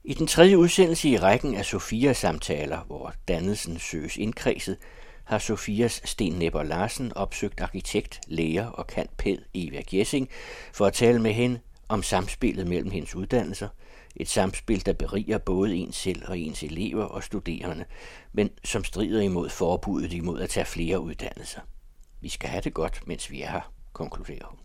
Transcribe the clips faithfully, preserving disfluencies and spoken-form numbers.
I den tredje udsendelse i rækken af Sofia-samtaler, hvor dannelsen søges indkredset, har Sofias Sten Nepper Larsen opsøgt arkitekt, lærer og cand.pæd Eva Gjessing for at tale med hende om samspillet mellem hendes uddannelser. Et samspil, der beriger både en selv og ens elever og studerende, men som strider imod forbuddet imod at tage flere uddannelser. Vi skal have det godt, mens vi er her, konkluderer hun.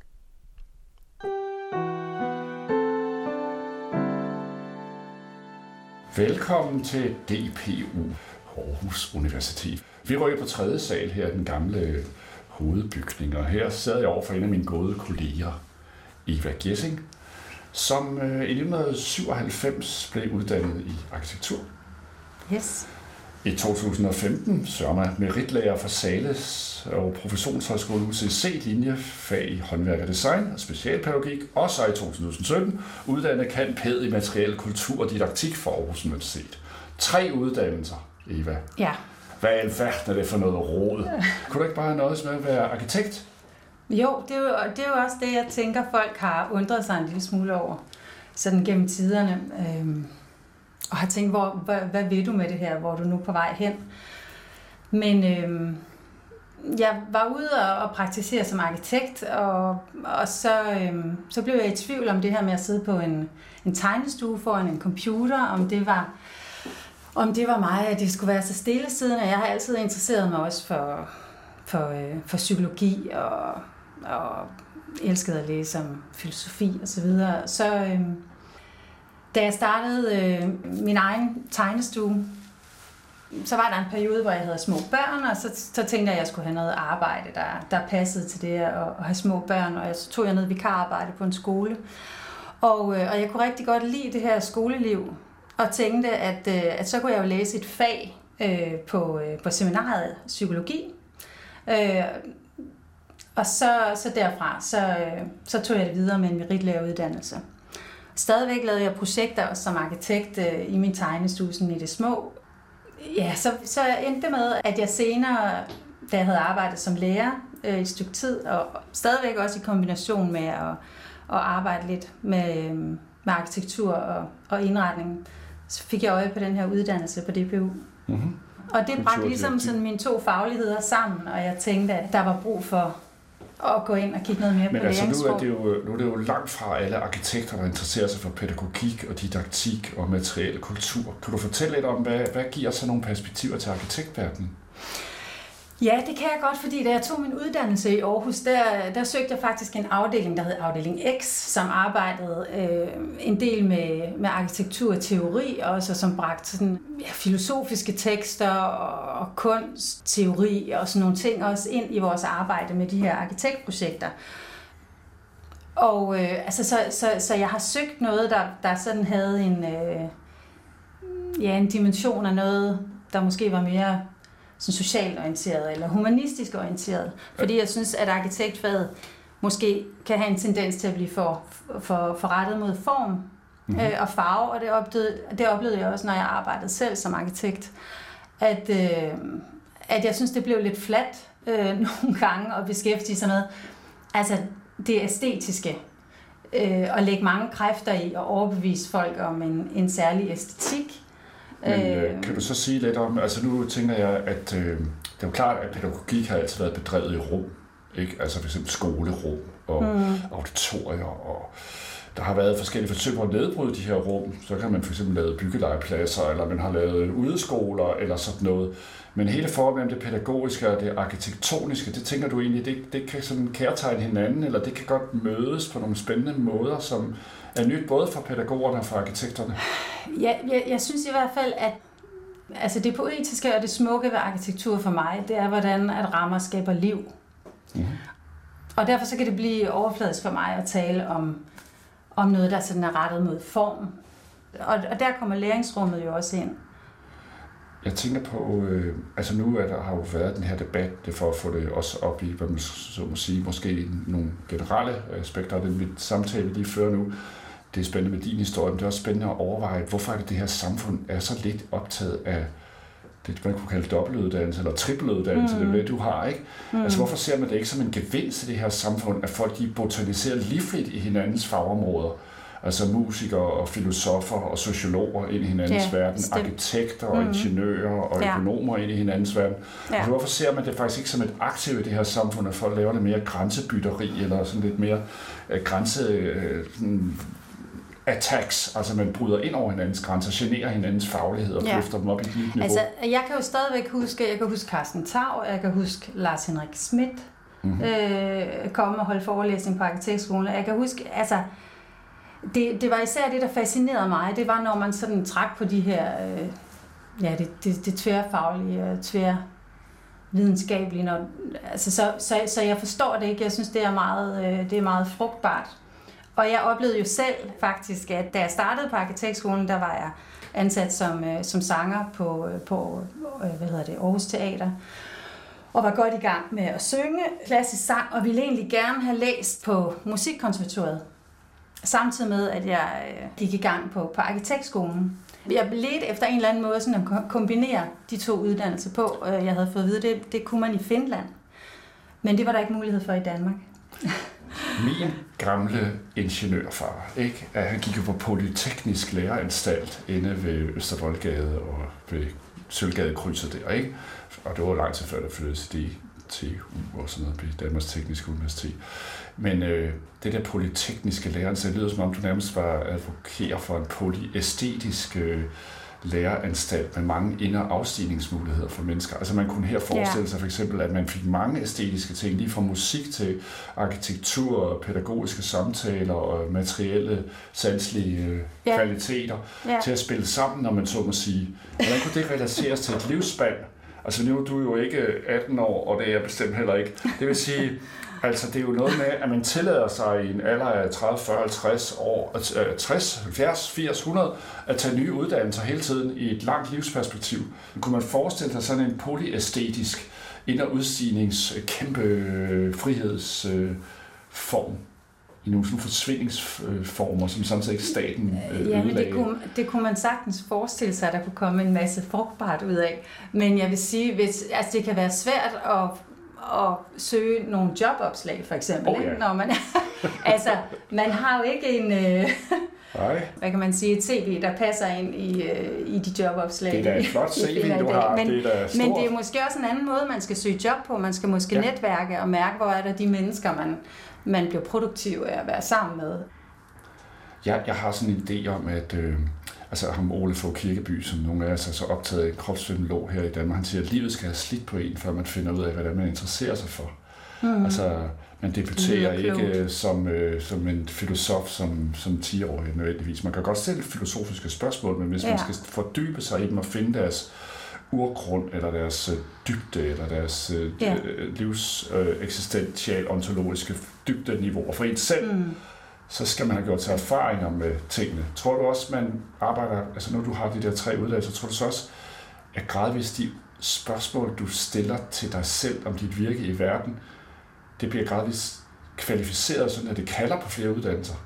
Velkommen til D P U, Aarhus Universitet. Vi rykker på tredje sal her i den gamle hovedbygning, og her sad jeg over for en af mine gode kolleger, Eva Gjessing, som i nitten syvoghalvfems blev uddannet i arkitektur. Yes. I to tusind og femten sørger meritlærer for Zahles og Professionshøjskole U C C linjefag i håndværk og design og specialpædagogik, og så i to tusind og sytten uddannet cand.pæd i materiel kultur og didaktik for Aarhus Universitet. Tre uddannelser, Eva. Ja. Hvad i alverden er det for noget råd? Kunne du ikke bare have noget med at være arkitekt? Jo, det er jo, det er jo også det, jeg tænker, folk har undret sig en lille smule over, sådan gennem tiderne. Øhm, og har tænkt, hvor, hvad, hvad vil du med det her, hvor er du nu på vej hen? Men øhm, jeg var ude og, og praktisere som arkitekt, og, og så, øhm, så blev jeg i tvivl om det her med at sidde på en, en tegnestue foran en computer, om det var... Om det var mig, at det skulle være så stillesiddende. Jeg har altid interesseret mig også for, for, øh, for psykologi og, og elskede at læse om filosofi og så videre. Så øh, da jeg startede øh, min egen tegnestue, så var der en periode, hvor jeg havde små børn, og så, så tænkte jeg, at jeg skulle have noget arbejde, der, der passede til det at, at have små børn. Og så tog jeg noget vikararbejde på en skole. Og, øh, og jeg kunne rigtig godt lide det her skoleliv, og tænkte, at, at så kunne jeg jo læse et fag øh, på, øh, på seminariet psykologi. Øh, og så, så derfra, så, øh, så tog jeg det videre med en meritlæreruddannelse. Stadigvæk lavede jeg projekter som arkitekt øh, i min tegnestue i det små. Ja, så, så endte det med, at jeg senere, da jeg havde arbejdet som lærer øh, i et stykke tid, og stadigvæk også i kombination med at, at arbejde lidt med, med arkitektur og, og indretning, så fik jeg øje på den her uddannelse på D P U. Mm-hmm. Og det bragte ligesom sådan mine to fagligheder sammen, og jeg tænkte, at der var brug for at gå ind og kigge noget mere Men på altså, læringssprog. Men altså, nu er, nu er det jo langt fra alle arkitekter, der interesserer sig for pædagogik og didaktik og materiel kultur. Kan du fortælle lidt om, hvad, hvad giver så nogle perspektiver til arkitektverdenen? Ja, det kan jeg godt, fordi da jeg tog min uddannelse i Aarhus, der, der søgte jeg faktisk en afdeling, der hed Afdeling X, som arbejdede øh, en del med, med arkitekturteori, også som bragte sådan, ja, filosofiske tekster og, og kunstteori og sådan nogle ting også ind i vores arbejde med de her arkitektprojekter. Og øh, altså, så, så, så jeg har søgt noget, der, der sådan havde en, øh, ja, en dimension af noget, der måske var mere sådan socialt orienteret eller humanistisk orienteret. Fordi jeg synes, at arkitektfaget måske kan have en tendens til at blive for, for, for rettet mod form mm-hmm. øh, og farve, og det oplevede, det oplevede jeg også, når jeg arbejdede selv som arkitekt, at, øh, at jeg synes, det blev lidt fladt øh, nogle gange at beskæftige sig med altså det æstetiske, øh, og lægge mange kræfter i og overbevise folk om en, en særlig æstetik. Men øh, kan du så sige lidt om, altså nu tænker jeg, at øh, det er jo klart, at pædagogik har altid været bedrevet i rum, ikke? Altså for eksempel skolerum og mm. auditorier, og der har været forskellige forsøg på at nedbryde de her rum. Så kan man for eksempel lave byggelegepladser, eller man har lavet udeskoler, eller sådan noget. Men hele forholdet mellem det pædagogiske og det arkitektoniske, det tænker du egentlig, det, det kan sådan kærtegne hinanden, eller det kan godt mødes på nogle spændende måder, som er nyt både for pædagogerne og for arkitekterne? Ja, jeg, jeg synes i hvert fald, at altså det poetiske og det smukke ved arkitektur for mig, det er, hvordan at rammer skaber liv. Mm-hmm. Og derfor så kan det blive overfladisk for mig at tale om, om noget, der sådan er rettet mod form. Og, og der kommer læringsrummet jo også ind. Jeg tænker på, øh, altså nu er der, har jo været den her debat, det for at få det også op i, hvad man så må sige, måske nogle generelle aspekter af den samtale, vi lige fører nu. Det er spændende med din historie, men det er også spændende at overveje, hvorfor er det, det her samfund er så lidt optaget af det, man kunne kalde dobbeltuddannelse eller trippeluddannelse, mm. det er det, du har, ikke? Mm. Altså, hvorfor ser man det ikke som en gevinst i det her samfund, at folk de botaniserer livligt i hinandens fagområder, Altså musikere og filosofer og sociologer ind i hinandens ja, verden, stemt. arkitekter og mm-hmm. ingeniører og ja. økonomer ind i hinandens verden. Ja. Altså, hvorfor ser man det faktisk ikke som et aktiv i det her samfund, at folk laver lidt mere grænsebytteri, eller sådan lidt mere uh, grænse... Uh, attacks, altså man bryder ind over hinandens grænser, generer hinandens faglighed og ja. løfter dem op i et nyt niveau. Altså, jeg kan jo stadigvæk huske, jeg kan huske Carsten Tau, jeg kan huske Lars Henrik Schmidt, mm-hmm. øh, komme og holde forelæsning på arkitektskolen. Jeg kan huske, altså, det, det var især det, der fascinerede mig, det var, når man sådan trak på de her, øh, ja, det, det, det tværfaglige, tværvidenskabelige, når, altså, så, så, så jeg forstår det ikke, jeg synes, det er meget, øh, det er meget frugtbart. Og jeg oplevede jo selv faktisk, at da jeg startede på arkitektskolen, der var jeg ansat som, som sanger på, på hvad hedder det, Aarhus Teater, og var godt i gang med at synge klassisk sang, og ville egentlig gerne have læst på musikkonservatoriet, samtidig med, at jeg gik i gang på, på arkitektskolen. Jeg ledte efter en eller anden måde sådan at kombinere de to uddannelser på. Jeg havde fået at vide, det, det kunne man i Finland, men det var der ikke mulighed for i Danmark. Min gamle ingeniørfar, ikke? Han gik jo på Polyteknisk Læreranstalt inde ved Østervoldgade og ved Sølvgadekrydset der, ikke? Og det var lang tid før, der flyttede til D T U og sådan noget på Danmarks Tekniske Universitet. Men øh, det der polytekniske læreranstalt lyder som om, du nærmest var advokerer for en polyæstetisk øh, læreranstalt med mange ind- og afstigningsmuligheder for mennesker. Altså man kunne her forestille sig for eksempel, at man fik mange æstetiske ting, lige fra musik til arkitektur, pædagogiske samtaler og materielle, sanselige øh, ja. kvaliteter ja. til at spille sammen, når man så må sige. Hvordan kunne det relateres til et livsspand? Altså nu er du jo ikke atten år, og det er jeg bestemt heller ikke. Det vil sige, altså det er jo noget med, at man tillader sig i en alder af tredive, fyrre, halvtreds år, tres, halvfjerds, firs, hundrede, at tage nye uddannelser hele tiden i et langt livsperspektiv. Kunne man forestille sig sådan en polyæstetisk ind- og udstignings kæmpe frihedsform? I nogle sådan forsvindingsformer, som samtidig ikke staten øh, ja, men det kunne, det kunne man sagtens forestille sig, at der kunne komme en masse frugtbart ud af. Men jeg vil sige, hvis, altså det kan være svært at, at søge nogle jobopslag, for eksempel. Oh, ja. Ikke? Når man, altså, man har jo ikke en... Øh, Nej. Hvad kan man sige, et C V, der passer ind i, øh, i de jobopslag. Det er da et flot C V, du har. Men, det er men det er måske også en anden måde, man skal søge job på. Man skal måske ja. netværke og mærke, hvor er der de mennesker, man... man bliver produktiv af at være sammen med. Ja, jeg har sådan en idé om, at øh, altså ham Ole Fogh Kirkeby, som nogle af os er så optaget af kropsfysiolog her i Danmark, han siger, at livet skal have slidt på en, før man finder ud af, hvad det er, man interesserer sig for. Mm. Altså, man debuterer ikke som, øh, som en filosof som, som ti-årig nødvendigvis. Man kan godt stille filosofiske spørgsmål, men hvis ja. man skal fordybe sig i dem og finde deres urgrund, eller deres øh, dybde, eller deres øh, ja. livs øh, eksistential ontologiske dybdeniveau. Og for en selv, mm. så skal man have gjort sig erfaringer med tingene. Tror du også, man arbejder, altså når du har de der tre uddannelser, tror du så også, at gradvist de spørgsmål, du stiller til dig selv om dit virke i verden, det bliver gradvist kvalificeret, sådan at det kalder på flere uddannelser?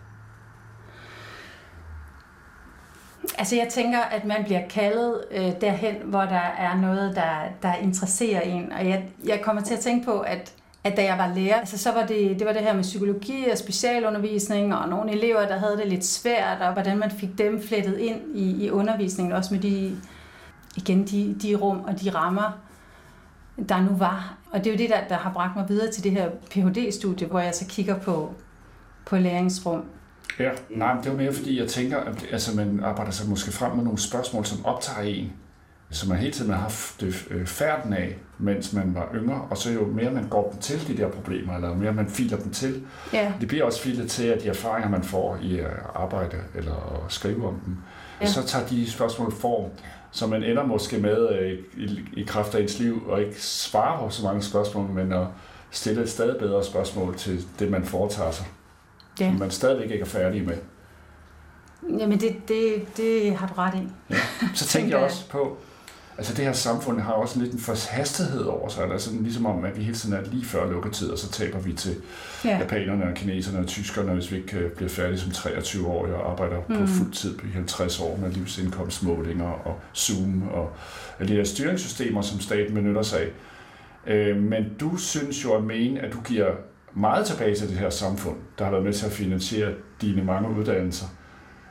Altså jeg tænker, at man bliver kaldet øh, derhen, hvor der er noget, der, der interesserer en. Og jeg, jeg kommer til at tænke på, at, at da jeg var lærer, altså så var det, det var det her med psykologi og specialundervisning, og nogle elever, der havde det lidt svært, og hvordan man fik dem flettet ind i, i undervisningen, også med de, igen, de, de rum og de rammer, der nu var. Og det er jo det, der, der har bragt mig videre til det her P H D-studie, hvor jeg så kigger på, på læringsrum. Ja, nej, det var mere fordi, jeg tænker, at altså, man arbejder sig måske frem med nogle spørgsmål, som optager en, som man hele tiden har haft færden af, mens man var yngre, og så jo mere man går dem til, de der problemer, eller mere man filer dem til, ja. det bliver også filet til, at de erfaringer, man får i at arbejde eller at skrive om dem, ja. så tager de spørgsmål form, så man ender måske med i, i kraft af ens liv, og ikke svare på så mange spørgsmål, men at stille et stadig bedre spørgsmål til det, man foretager sig. Ja. Som man stadigvæk ikke er færdig med. Jamen, det, det, det har du ret i. Ja. Så tænker jeg også på, altså det her samfund har også lidt en forhastethed over sig. Altså ligesom om, at vi hele tiden er lige før lukketid, og så taber vi til ja. japanerne og kineserne og tyskerne, hvis vi ikke bliver færdige som treogtyve-årige og arbejder mm. på fuld tid på halvtreds år med livsindkomstmålinger og Zoom og alle de der styringssystemer, som staten benytter sig af. Men du synes jo at mene, at du giver meget tilbage til det her samfund, der har været med til at finansiere dine mange uddannelser.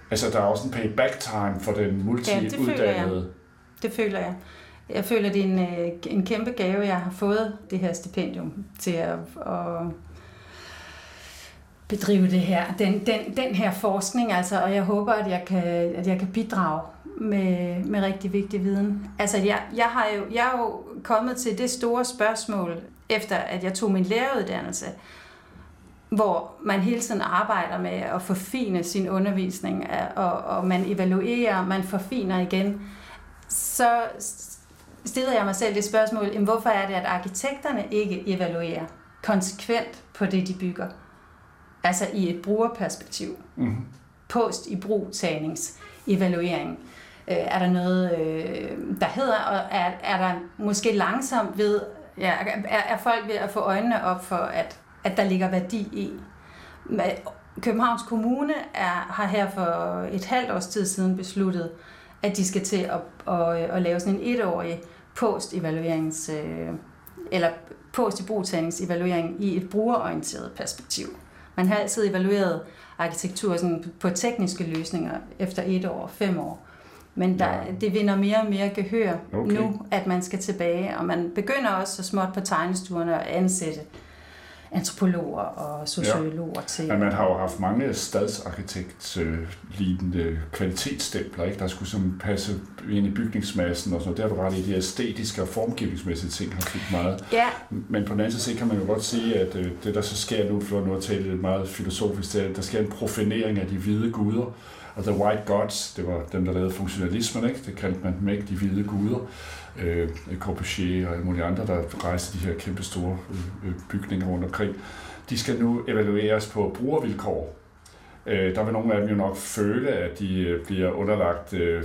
Altså, der er også en payback time for den multiuddannede. Ja, det, det føler jeg. Jeg føler, det er en, en kæmpe gave, jeg har fået det her stipendium til at, at bedrive det her, den, den, den her forskning, altså, og jeg håber, at jeg kan, at jeg kan bidrage med, med rigtig vigtig viden. Altså, jeg, jeg, har jo, jeg er jo kommet til det store spørgsmål, efter at jeg tog min læreruddannelse, hvor man hele tiden arbejder med at forfine sin undervisning, og, og man evaluerer, man forfiner igen, så stillede jeg mig selv det spørgsmål, jamen, hvorfor er det, at arkitekterne ikke evaluerer konsekvent på det, de bygger? Altså i et brugerperspektiv. Mm-hmm. Post-ibrugtagningsevaluering. Øh, er der noget, øh, der hedder, og er, er der måske langsomt ved, ja, er, er folk ved at få øjnene op for, at, at der ligger værdi i? Københavns Kommune er, har her for et halvt års tid siden besluttet, at de skal til at, at, at lave sådan en etårig post-evaluerings, øh, eller post-ibrugtagningsevaluering i et brugerorienteret perspektiv. Man har altid evalueret arkitektur sådan på tekniske løsninger efter et år, fem år. Men der, ja. det vinder mere og mere gehør okay. nu, at man skal tilbage. Og man begynder også så småt på tegnestuerne at ansætte antropologer og sociologer ja. til... Ja, man har jo haft mange stadsarkitekt-lignende kvalitetsstempler, ikke? Der skulle som passe ind i bygningsmassen og sådan noget. Der er du ret i, de æstetiske og formgivningsmæssige ting har fyldt meget. Ja. Men på den anden side kan man jo godt sige, at det der så sker nu, for nu at tale meget filosofisk, det er, at der sker en profanering af de hvide guder. Og The White Gods, det var dem, der lavede funktionalismen, ikke? Det kaldte man dem ikke, de hvide guder. Øh, Corbusier og alle mulige andre, der rejste de her kæmpe store øh, bygninger rundt omkring. De skal nu evalueres på brugervilkår. Øh, der vil nogle af dem jo nok føle, at de øh, bliver underlagt øh,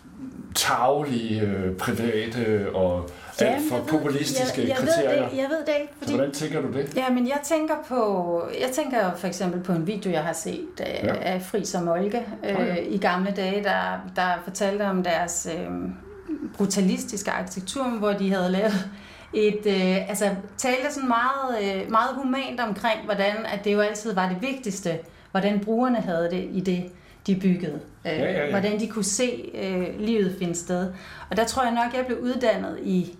tarvelige, øh, private og Jamen, alt for populistiske jeg, jeg kriterier. Ved det, jeg ved det ikke. Fordi... Hvordan tænker du det? Ja, men jeg tænker på, jeg tænker for eksempel på en video, jeg har set af, ja. af Friis og Moltke øh, oh, ja. i gamle dage, der, der fortalte om deres øh, brutalistiske arkitektur, hvor de havde lavet et, øh, altså talte sådan meget, øh, meget humant omkring, hvordan at det jo altid var det vigtigste, hvordan brugerne havde det i det, de byggede. Øh, ja, ja, ja. Hvordan de kunne se øh, livet finde sted. Og der tror jeg nok, jeg blev uddannet i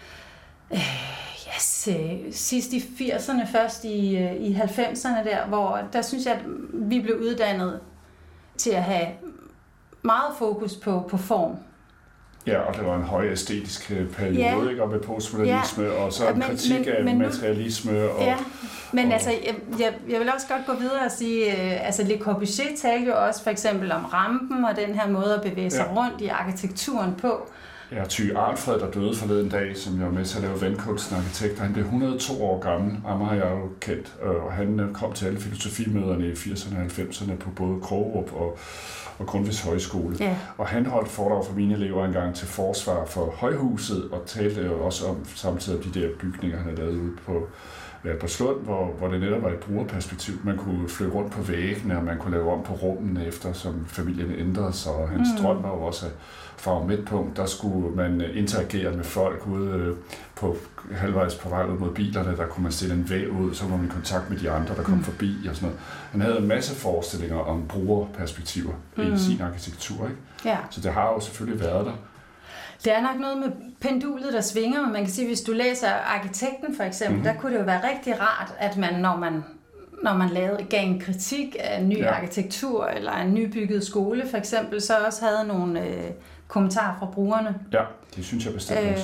øh, yes, øh, sidst i firserne, først i, øh, i halvfemserne der, hvor der synes jeg, at vi blev uddannet til at have meget fokus på, på form. Ja, og det var en høj æstetisk periode, ja. ikke? Og med postmodernisme, ja. og så en men, kritik men, af men materialisme. Og, ja, men og, altså, jeg, jeg, jeg vil også godt gå videre og sige, øh, altså Le Corbusier talte jo også for eksempel om rampen, og den her måde at bevæge sig ja. rundt i arkitekturen på. Ja, Ty Arnfred, der døde forleden dag, som jeg var med til at lave vandkunsten arkitekt, han blev et hundrede og to år gammel, Amager har jeg jo kendt, og han kom til alle filosofimøderne i firserne og halvfemserne på både Krogerup og og Grundtvigs Højskole. Ja. Og han holdt foredrag for mine elever engang til forsvar for Højhuset, og talte jo også om samtidig om de der bygninger, han havde lavet ude på Albertslund, hvor, hvor det netop var et brugerperspektiv. Man kunne flytte rundt på væggene, og man kunne lave om på rummene efter, som familien ændrede sig. Og hans mm. drøm var jo også, at fra midtpunkt, der skulle man interagere med folk ude på halvvejs på vej ud mod bilerne, der kunne man stille en væg ud, så var man i kontakt med de andre, der kom mm. forbi og sådan noget. Han havde en masse forestillinger om brugerperspektiver mm. i sin arkitektur, ikke? Ja. Så det har jo selvfølgelig været der. Det er nok noget med pendulet, der svinger, men man kan sige, hvis du læser Arkitekten for eksempel, mm. der kunne det jo være rigtig rart, at man, når man, når man lavede, gav en kritik af en ny ja. arkitektur, eller en nybygget skole for eksempel, så også havde nogle øh, kommentarer fra brugerne. Ja, det synes jeg bestemt også.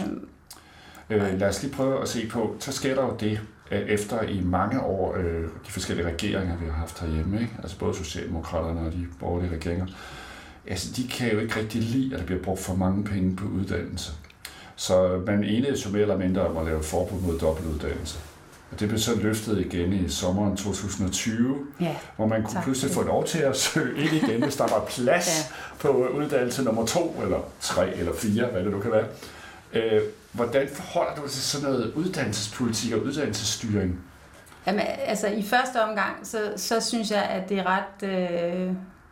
Øh, øh, lad os lige prøve at se på, så sker der jo det, efter i mange år, øh, de forskellige regeringer, vi har haft herhjemme, ikke? Altså både Socialdemokraterne og de borgerlige regeringer, altså, de kan jo ikke rigtig lide, at der bliver brugt for mange penge på uddannelse. Så man enedes jo mere eller mindre om at lave forbud mod dobbeltuddannelse. Og det blev så løftet igen i sommeren to tusind og tyve, ja, hvor man kunne tak. pludselig få lov til at søge ind igen, hvis der var plads ja. på uddannelse nummer to, eller tre, eller fire, hvad det nu kan være. Øh, hvordan forholder du dig til sådan noget uddannelsespolitik og uddannelsesstyring? Jamen, altså i første omgang, så, så synes jeg, at det er ret... Øh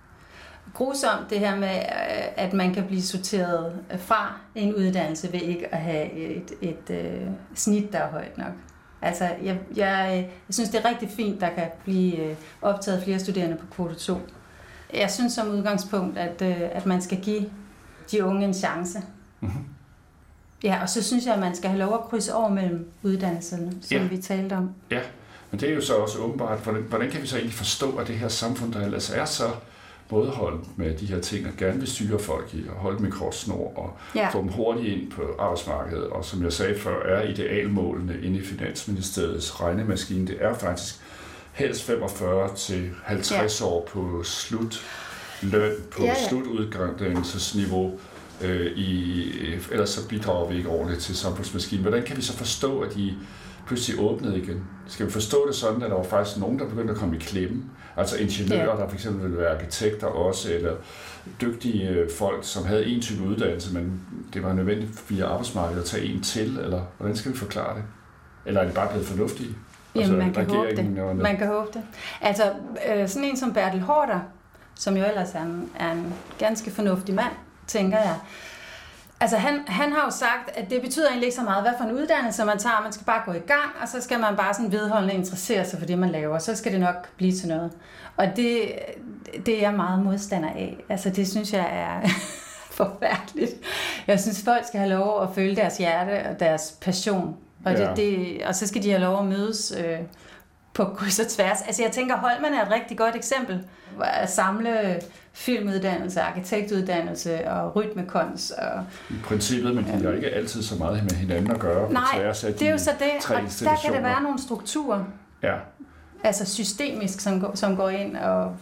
grusomt det her med, at man kan blive sorteret fra en uddannelse ved ikke at have et, et, et uh, snit, der er højt nok. Altså, jeg, jeg, jeg synes, det er rigtig fint, der kan blive optaget flere studerende på kvote to. jeg synes som udgangspunkt, at, øh, at man skal give de unge en chance. Mm-hmm. Ja, og så synes jeg, at man skal have lov at krydse over mellem uddannelserne, som ja. vi talte om. Ja, men det er jo så også åbenbart, hvordan, hvordan kan vi så egentlig forstå, at det her samfund, der ellers er så mådeholdt med de her ting, og gerne vil styre folk i, og holde dem i kort snor, og ja. få dem hurtigt ind på arbejdsmarkedet, og som jeg sagde før, er idealmålene inde i Finansministeriets regnemaskine, det er faktisk helst femogfyrre til halvtreds ja. år på slutløn, på ja, ja. slutuddannelsesniveau, øh, i, ellers så bidrager vi ikke ordentligt til samfundsmaskinen. Hvordan kan vi så forstå, at de pludselig åbnede igen? Skal vi forstå det sådan, at der var faktisk nogen, der begyndte at komme i klemme? Altså ingeniører, ja. der fx ville være arkitekter også, eller dygtige folk, som havde en type uddannelse, men det var nødvendigt via arbejdsmarkedet at tage en til, eller hvordan skal vi forklare det? Eller er det bare blevet fornuftige? Jamen, altså, man kan håbe det. Man kan håbe det. Altså, øh, sådan en som Bertel Haarder, som jo ellers er en, er en ganske fornuftig mand, tænker jeg. Altså, han, han har jo sagt, at det betyder egentlig ikke så meget, hvad for en uddannelse man tager. Man skal bare gå i gang, og så skal man bare sådan vedholdende interessere sig for det, man laver. Så skal det nok blive til noget. Og det, det er jeg meget modstander af. Altså, det synes jeg er forfærdeligt. Jeg synes, folk skal have lov at følge deres hjerte og deres passion. Og, ja. det, det, og så skal de have lov at mødes øh, på kryds og tværs. Altså jeg tænker, Holmen er et rigtig godt eksempel. At samle filmuddannelse, arkitektuddannelse og rytmekunst. Og, i princippet, men de har ikke altid så meget med hinanden at gøre. Nej, på tværs af de det er jo så det. tre og der kan det være nogle strukturer. Ja. Altså systemisk, som går, som går ind og,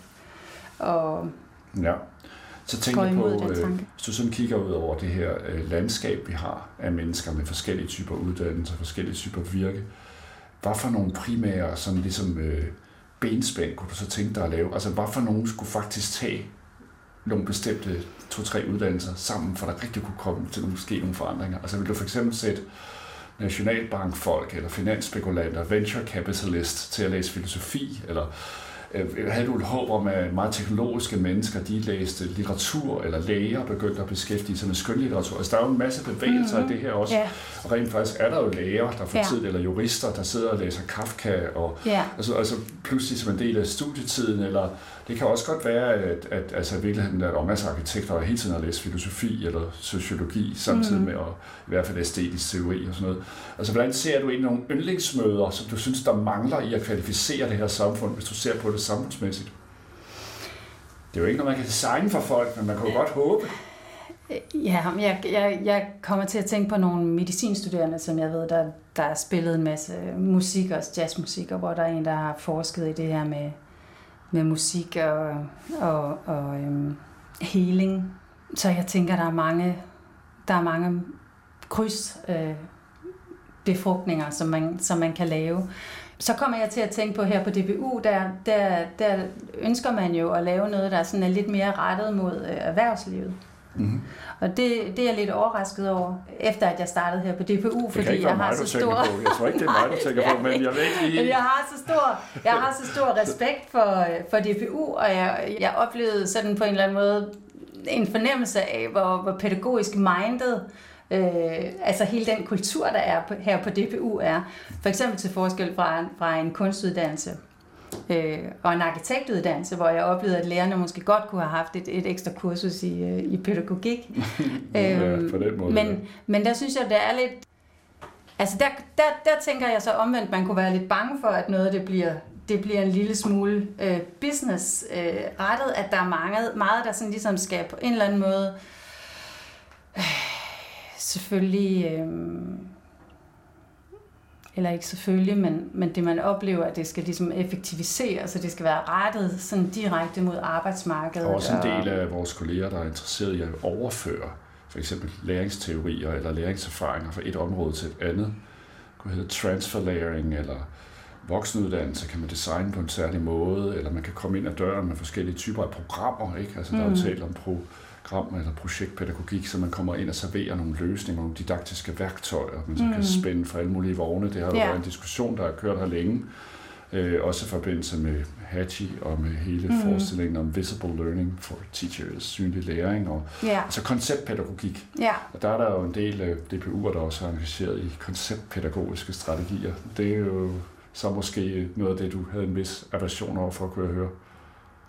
og ja. Så tænker jeg på, øh, hvis du sådan kigger ud over det her øh, landskab, vi har af mennesker med forskellige typer uddannelser, forskellige typer virke, hvad for nogle primære sådan ligesom øh, benspænd kunne du så tænke dig at lave? Altså hvad for nogen skulle faktisk tage nogle bestemte to-tre uddannelser sammen, for der rigtig kunne komme til nogle, måske nogle forandringer? Altså vil du for eksempel sætte nationalbankfolk eller finansspekulanter, venture capitalist til at læse filosofi, eller havde du et håb om, at meget teknologiske mennesker, de læste litteratur, eller læger begyndte at beskæftige sig med skønlitteratur? Altså, der er jo en masse bevægelser mm-hmm. i det her også. Yeah. Og rent faktisk er der jo læger, der for yeah. tid, eller jurister, der sidder og læser Kafka, og yeah. altså, altså pludselig som en del af studietiden, eller det kan også godt være, at, at altså, i virkeligheden er der masser af arkitekter, der hele tiden har læst filosofi eller sociologi, samtidig mm-hmm. med at, i hvert fald æstetisk teori og sådan noget. Altså, hvordan ser du ind nogle yndlingsmøder, som du synes, der mangler i at kvalificere det her samfund, hvis du ser på det samfundsmæssigt? Det er jo ikke noget, man kan designe for folk, men man kan jo godt håbe. Ja, jeg, jeg, jeg kommer til at tænke på nogle medicinstuderende, som jeg ved, der, der har spillet en masse musik, også jazzmusik, og hvor der er en, der har forsket i det her med, med musik og, og, og øhm, healing. Så jeg tænker, der er mange, der er mange kryds øh, befrugtninger, som man, som man kan lave. Så kommer jeg til at tænke på her på D P U, der, der, der ønsker man jo at lave noget, der sådan er lidt mere rettet mod øh, erhvervslivet. Mm-hmm. Og det, det er jeg lidt overrasket over, efter at jeg startede her på D P U, fordi det jeg har mig, så stor... Jeg tror ikke, det er mig, du tænker på, men jeg ved ikke lige... Jeg har så stor, jeg har så stor respekt for, for D P U, og jeg, jeg oplevede sådan på en eller anden måde en fornemmelse af, hvor, hvor pædagogisk minded Øh, altså hele den kultur, der er på, her på D P U er. For eksempel til forskel fra, fra en kunstuddannelse øh, og en arkitektuddannelse, hvor jeg oplevede, at lærerne måske godt kunne have haft et, et ekstra kursus i, øh, i pædagogik. Ja, på den måde, men, ja. men der synes jeg, det er lidt... Altså der, der, der tænker jeg så omvendt, man kunne være lidt bange for, at noget det bliver, det bliver en lille smule øh, business-rettet, øh, at der er mange, meget, der sådan ligesom skal på en eller anden måde... Øh, selvfølgelig, øh, eller ikke selvfølgelig, men, men det man oplever, at det skal ligesom effektivisere, så det skal være rettet sådan direkte mod arbejdsmarkedet. Og også en del af vores kolleger, der er interesseret i at overføre for eksempel læringsteorier eller læringserfaringer fra et område til et andet. Det kunne hedde transfer layering, eller voksenuddannelse kan man designe på en særlig måde, eller man kan komme ind ad døren med forskellige typer af programmer, ikke? Altså, der er jo talt om pro program eller projektpædagogik, så man kommer ind og serverer nogle løsninger, nogle didaktiske værktøjer, man så mm. kan spænde for alle mulige vogne. Det har jo yeah. været en diskussion, der har kørt her længe, øh, også i forbindelse med Hattie og med hele mm. forestillingen om visible learning for teachers, synlig læring, og yeah. altså konceptpædagogik. Yeah. Og der er der jo en del af D P U'er, der også er engageret i konceptpædagogiske strategier. Det er jo så måske noget af det, du havde en vis aversion over for, kunne jeg høre.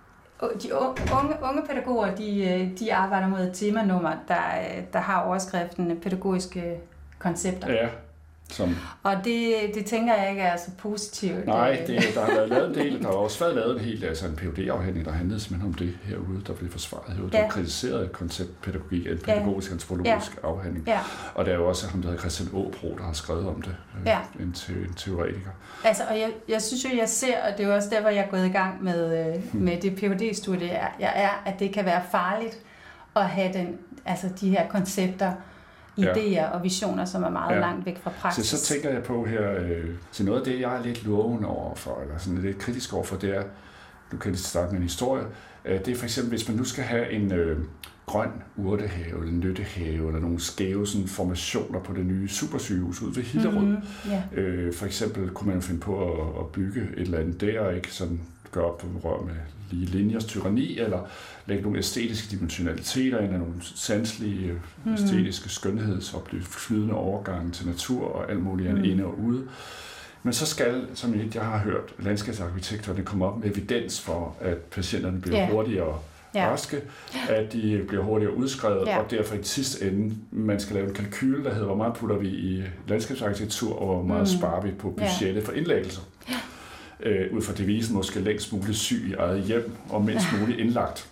de unge, unge pædagoger, de, de arbejder mod et temanummer, der, der har overskriften pædagogiske koncepter. Ja. Som... Og det, det tænker jeg ikke er så positivt. Nej, det, der har været lavet en del. Der har også været lavet en helt, altså en P H D-afhandling, der handlede simpelthen om det herude, der blev forsvaret herude. Ja. Der kritiseret konceptpædagogik, en pædagogisk ja. antropologisk ja. afhandling. Ja. Og der er jo også ham, der hedder Christian Aabro, der har skrevet om det. Ja. En, te, en teoretiker. Altså, og jeg, jeg synes jo, jeg ser, og det er jo også derfor, jeg er gået i gang med, hmm. med det P H D-studie, jeg er, at det kan være farligt at have den, altså de her koncepter, idéer ja. og visioner, som er meget ja. langt væk fra praksis. Så, så tænker jeg på her, øh, så noget af det, jeg er lidt lovende overfor, eller sådan lidt kritisk overfor, det er, nu kan vi starte med en historie, øh, det er for eksempel, hvis man nu skal have en øh, grøn urtehave, eller en nyttehave, eller nogle skæve sådan, formationer på det nye supersygehus ude ved Hillerød. Mm-hmm. Yeah. Øh, for eksempel kunne man jo finde på at, at bygge et eller andet der, ikke sådan gøre op på rør med lige linjers tyranni, eller lægge nogle æstetiske dimensionaliteter ind, nogle sanselige, mm. æstetiske skønhedsoplevelse, flydende overgange til natur og alt muligt andet mm. inde og ude. Men så skal, som jeg har hørt, landskabsarkitekterne komme op med evidens for, at patienterne bliver yeah. hurtigere yeah. raske, at de bliver hurtigere udskrevet, yeah. og derfor i sidste ende, man skal lave en kalkyl, der hedder, hvor meget putter vi i landskabsarkitektur, og hvor meget mm. sparer vi på budgettet yeah. for indlæggelser. Yeah. Øh, ud fra devisen måske længst muligt syg i eget hjem, og mindst muligt indlagt.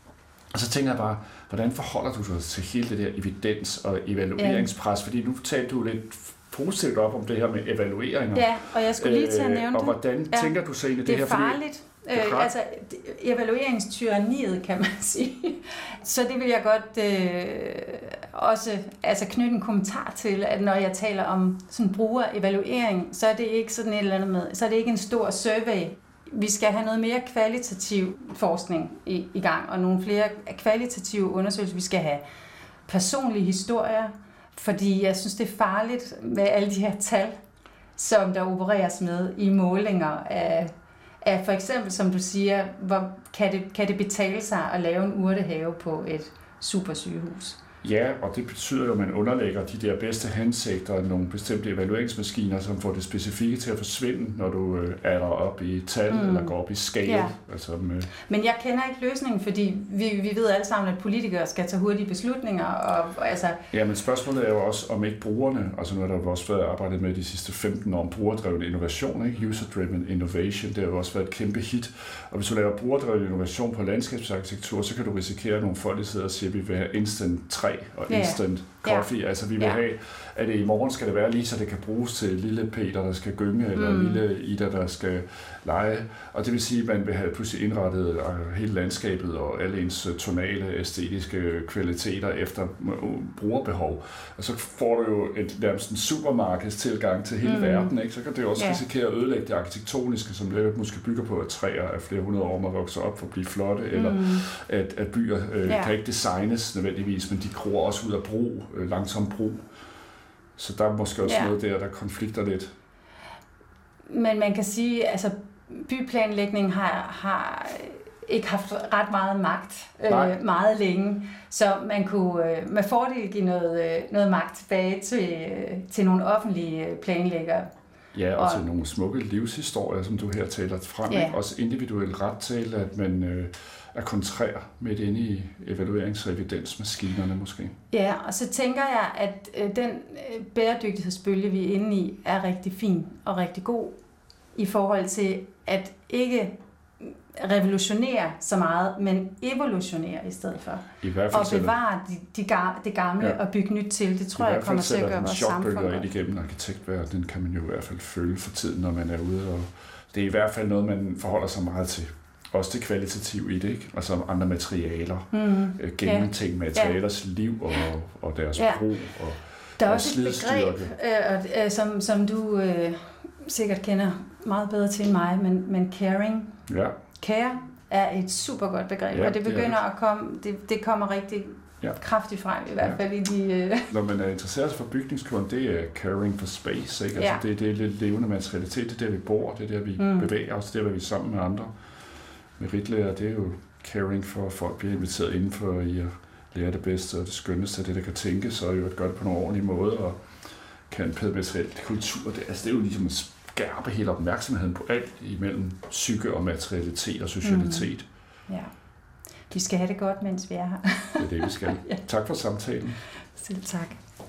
Og så tænker jeg bare, hvordan forholder du dig til hele det der evidens- og evalueringspres? Fordi nu talte du lidt positivt op om det her med evalueringer. Ja, og jeg skulle lige til at nævne det. Og hvordan ja. tænker du så egentlig det, det her? Det er farligt. Øh, altså, evalueringstyranniet, kan man sige. Så det vil jeg godt øh, også altså knytte en kommentar til, at når jeg taler om sådan brugerevaluering, så er det ikke sådan et eller andet med, så er det ikke en stor survey. Vi skal have noget mere kvalitativ forskning i, i gang, og nogle flere kvalitative undersøgelser. Vi skal have personlige historier, fordi jeg synes, det er farligt med alle de her tal, som der opereres med i målinger af at for eksempel, som du siger, hvor kan det, kan det betale sig at lave en urtehave på et supersygehus? Ja, og det betyder jo, at man underlægger de der bedste hensigter nogle bestemte evalueringsmaskiner, som får det specifikke til at forsvinde, når du øh, er der op i tal mm. eller går op i scale. Ja. Altså med... Men jeg kender ikke løsningen, fordi vi, vi ved alle sammen, at politikere skal tage hurtige beslutninger. Og, og, altså... Ja, men spørgsmålet er jo også, om ikke brugerne, altså nu har der jo også været arbejdet med de sidste femten år om brugerdrevet innovation, ikke? User-driven innovation, det har jo også været et kæmpe hit. Og hvis du laver brugerdrevet innovation på landskabsarkitektur, så kan du risikere, at nogle folk, der sidder og siger, at vi vil have instant træ og instant yeah. coffee. Yeah. Altså vi vil yeah. have, at det i morgen skal det være lige, så det kan bruges til lille Peter, der skal gynge, eller mm. lille Ida, der skal lege. Og det vil sige, at man vil have pludselig indrettet hele landskabet og alle ens tonale, æstetiske kvaliteter efter brugerbehov. Og så får du jo et nærmest en supermarkedstilgang til hele mm. verden, ikke? Så kan det jo også yeah. risikere at ødelægge det arkitektoniske, som lidt måske bygger på, at træer af flere hundrede år må vokse op for at blive flotte, mm. eller at, at byer øh, yeah. kan ikke designes nødvendigvis, men de gror også ud af brug, øh, langsom brug. Så der er måske også yeah. noget der, der konflikter lidt. Men man kan sige, altså byplanlægning har, har ikke haft ret meget magt øh, meget længe, så man kunne øh, med fordel give noget, øh, noget magt tilbage til, øh, til nogle offentlige planlæggere. Ja, og, og til nogle smukke livshistorier, som du her taler frem. Ja. Også individuelt ret til, at man øh, er kontrær midt inde i evaluerings- og evidensmaskinerne måske. Ja, og så tænker jeg, at øh, den øh, bæredygtighedsbølge, vi er inde i, er rigtig fin og rigtig god i forhold til at ikke revolutionere så meget, men evolutionere i stedet for. I hvert fald og bevare de, de, det gamle ja. og bygge nyt til. Det tror jeg kommer til at gøre vores samfund. I hvert fald sætter den chokbølger ind igennem arkitektverdenen, kan man jo i hvert fald føle for tiden, når man er ude. Og det er i hvert fald noget, man forholder sig meget til. Også det kvalitative i det, ikke? Altså andre materialer, mm. gennemtænkt ja. materialers ja. liv og, og deres ja. brug. Og, der er også et begreb, øh, øh, som, som du øh, sikkert kender meget bedre til end mig, men, men caring. Ja. Care er et super godt begreb, ja, og det begynder det at komme, det, det kommer rigtig ja. kraftigt frem, i hvert fald ja. i de... Uh... Når man er interesseret for bygningskunst, det er caring for space, ikke? Altså, ja. det, det er lidt levende materialitet, det er der, vi bor, det er der, vi mm. bevæger os, det er der, vi er sammen med andre. Med ritlærer, det er jo caring for, at folk bliver inviteret indenfor i at lære det bedste og det skønneste af det, der kan tænkes, og jo at gøre det på nogle ordentlige måder, og kan materiel kultur, det, altså, det er jo ligesom at skærpe hele opmærksomheden på alt imellem psyke og materialitet og socialitet. Mm. Ja. Vi skal have det godt, mens vi er her. Det er det, vi skal. Ja. Tak for samtalen. Selv tak.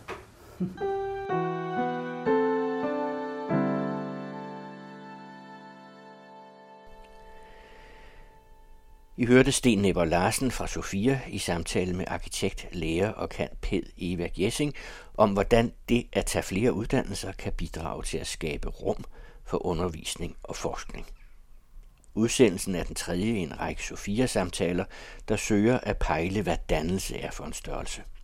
I hørte Sten Nepper Larsen fra Sophia i samtale med arkitekt, lærer og cand.pæd Eva Gjessing om, hvordan det at tage flere uddannelser kan bidrage til at skabe rum for undervisning og forskning. Udsendelsen er den tredje i en række Sophia-samtaler, der søger at pejle, hvad dannelse er for en størrelse.